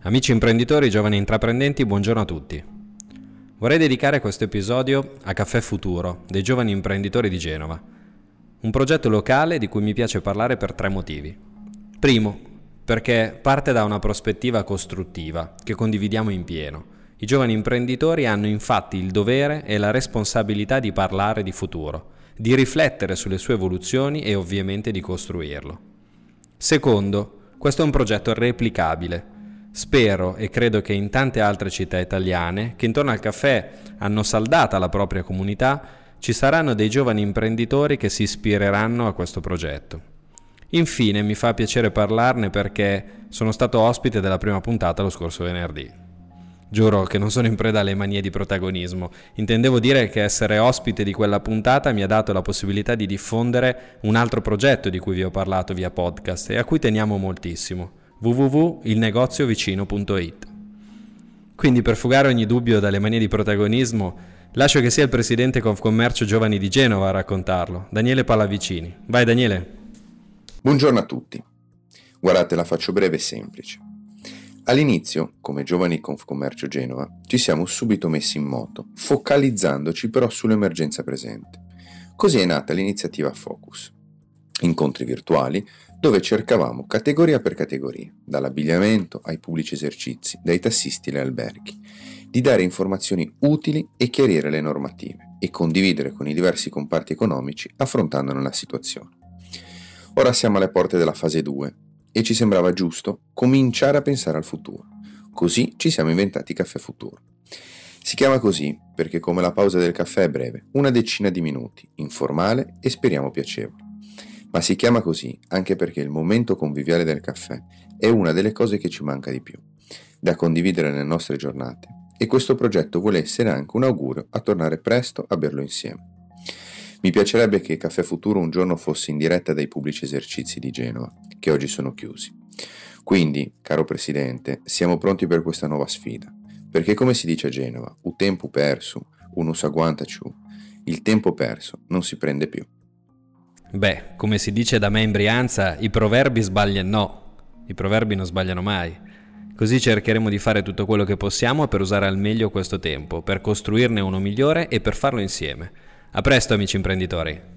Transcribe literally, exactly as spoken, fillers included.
Amici imprenditori, giovani intraprendenti, buongiorno a tutti. Vorrei dedicare questo episodio a Caffè Futuro, dei giovani imprenditori di Genova. Un progetto locale di cui mi piace parlare per tre motivi. Primo, perché parte da una prospettiva costruttiva che condividiamo in pieno. I giovani imprenditori hanno infatti il dovere e la responsabilità di parlare di futuro, di riflettere sulle sue evoluzioni e ovviamente di costruirlo. Secondo, questo è un progetto replicabile. Spero e credo che in tante altre città italiane, che intorno al caffè hanno saldata la propria comunità, ci saranno dei giovani imprenditori che si ispireranno a questo progetto. Infine mi fa piacere parlarne perché sono stato ospite della prima puntata lo scorso venerdì. Giuro che non sono in preda alle manie di protagonismo, intendevo dire che essere ospite di quella puntata mi ha dato la possibilità di diffondere un altro progetto di cui vi ho parlato via podcast e a cui teniamo moltissimo. w w w punto il negozio vicino punto i t. Quindi, per fugare ogni dubbio dalle manie di protagonismo, lascio che sia il presidente Confcommercio Giovani di Genova a raccontarlo, Daniele Pallavicini. Vai Daniele. Buongiorno a tutti. Guardate, la faccio breve e semplice. All'inizio, come Giovani Confcommercio Genova, ci siamo subito messi in moto, focalizzandoci però sull'emergenza presente. Così è nata l'iniziativa Focus. Incontri virtuali dove cercavamo categoria per categoria, dall'abbigliamento ai pubblici esercizi, dai tassisti agli alberghi, di dare informazioni utili e chiarire le normative e condividere con i diversi comparti economici affrontandone la situazione. Ora siamo alle porte della fase due e ci sembrava giusto cominciare a pensare al futuro. Così ci siamo inventati Caffè Futuro. Si chiama così perché, come la pausa del caffè è breve, una decina di minuti, informale e speriamo piacevole. Ma si chiama così anche perché il momento conviviale del caffè è una delle cose che ci manca di più, da condividere nelle nostre giornate, e questo progetto vuole essere anche un augurio a tornare presto a berlo insieme. Mi piacerebbe che Caffè Futuro un giorno fosse in diretta dai pubblici esercizi di Genova, che oggi sono chiusi. Quindi, caro Presidente, siamo pronti per questa nuova sfida, perché come si dice a Genova, u tempo perso, uno s'agguanta ciù, il tempo perso non si prende più. Beh, come si dice da me in Brianza, i proverbi sbagliano no, i proverbi non sbagliano mai. Così cercheremo di fare tutto quello che possiamo per usare al meglio questo tempo, per costruirne uno migliore e per farlo insieme. A presto amici imprenditori!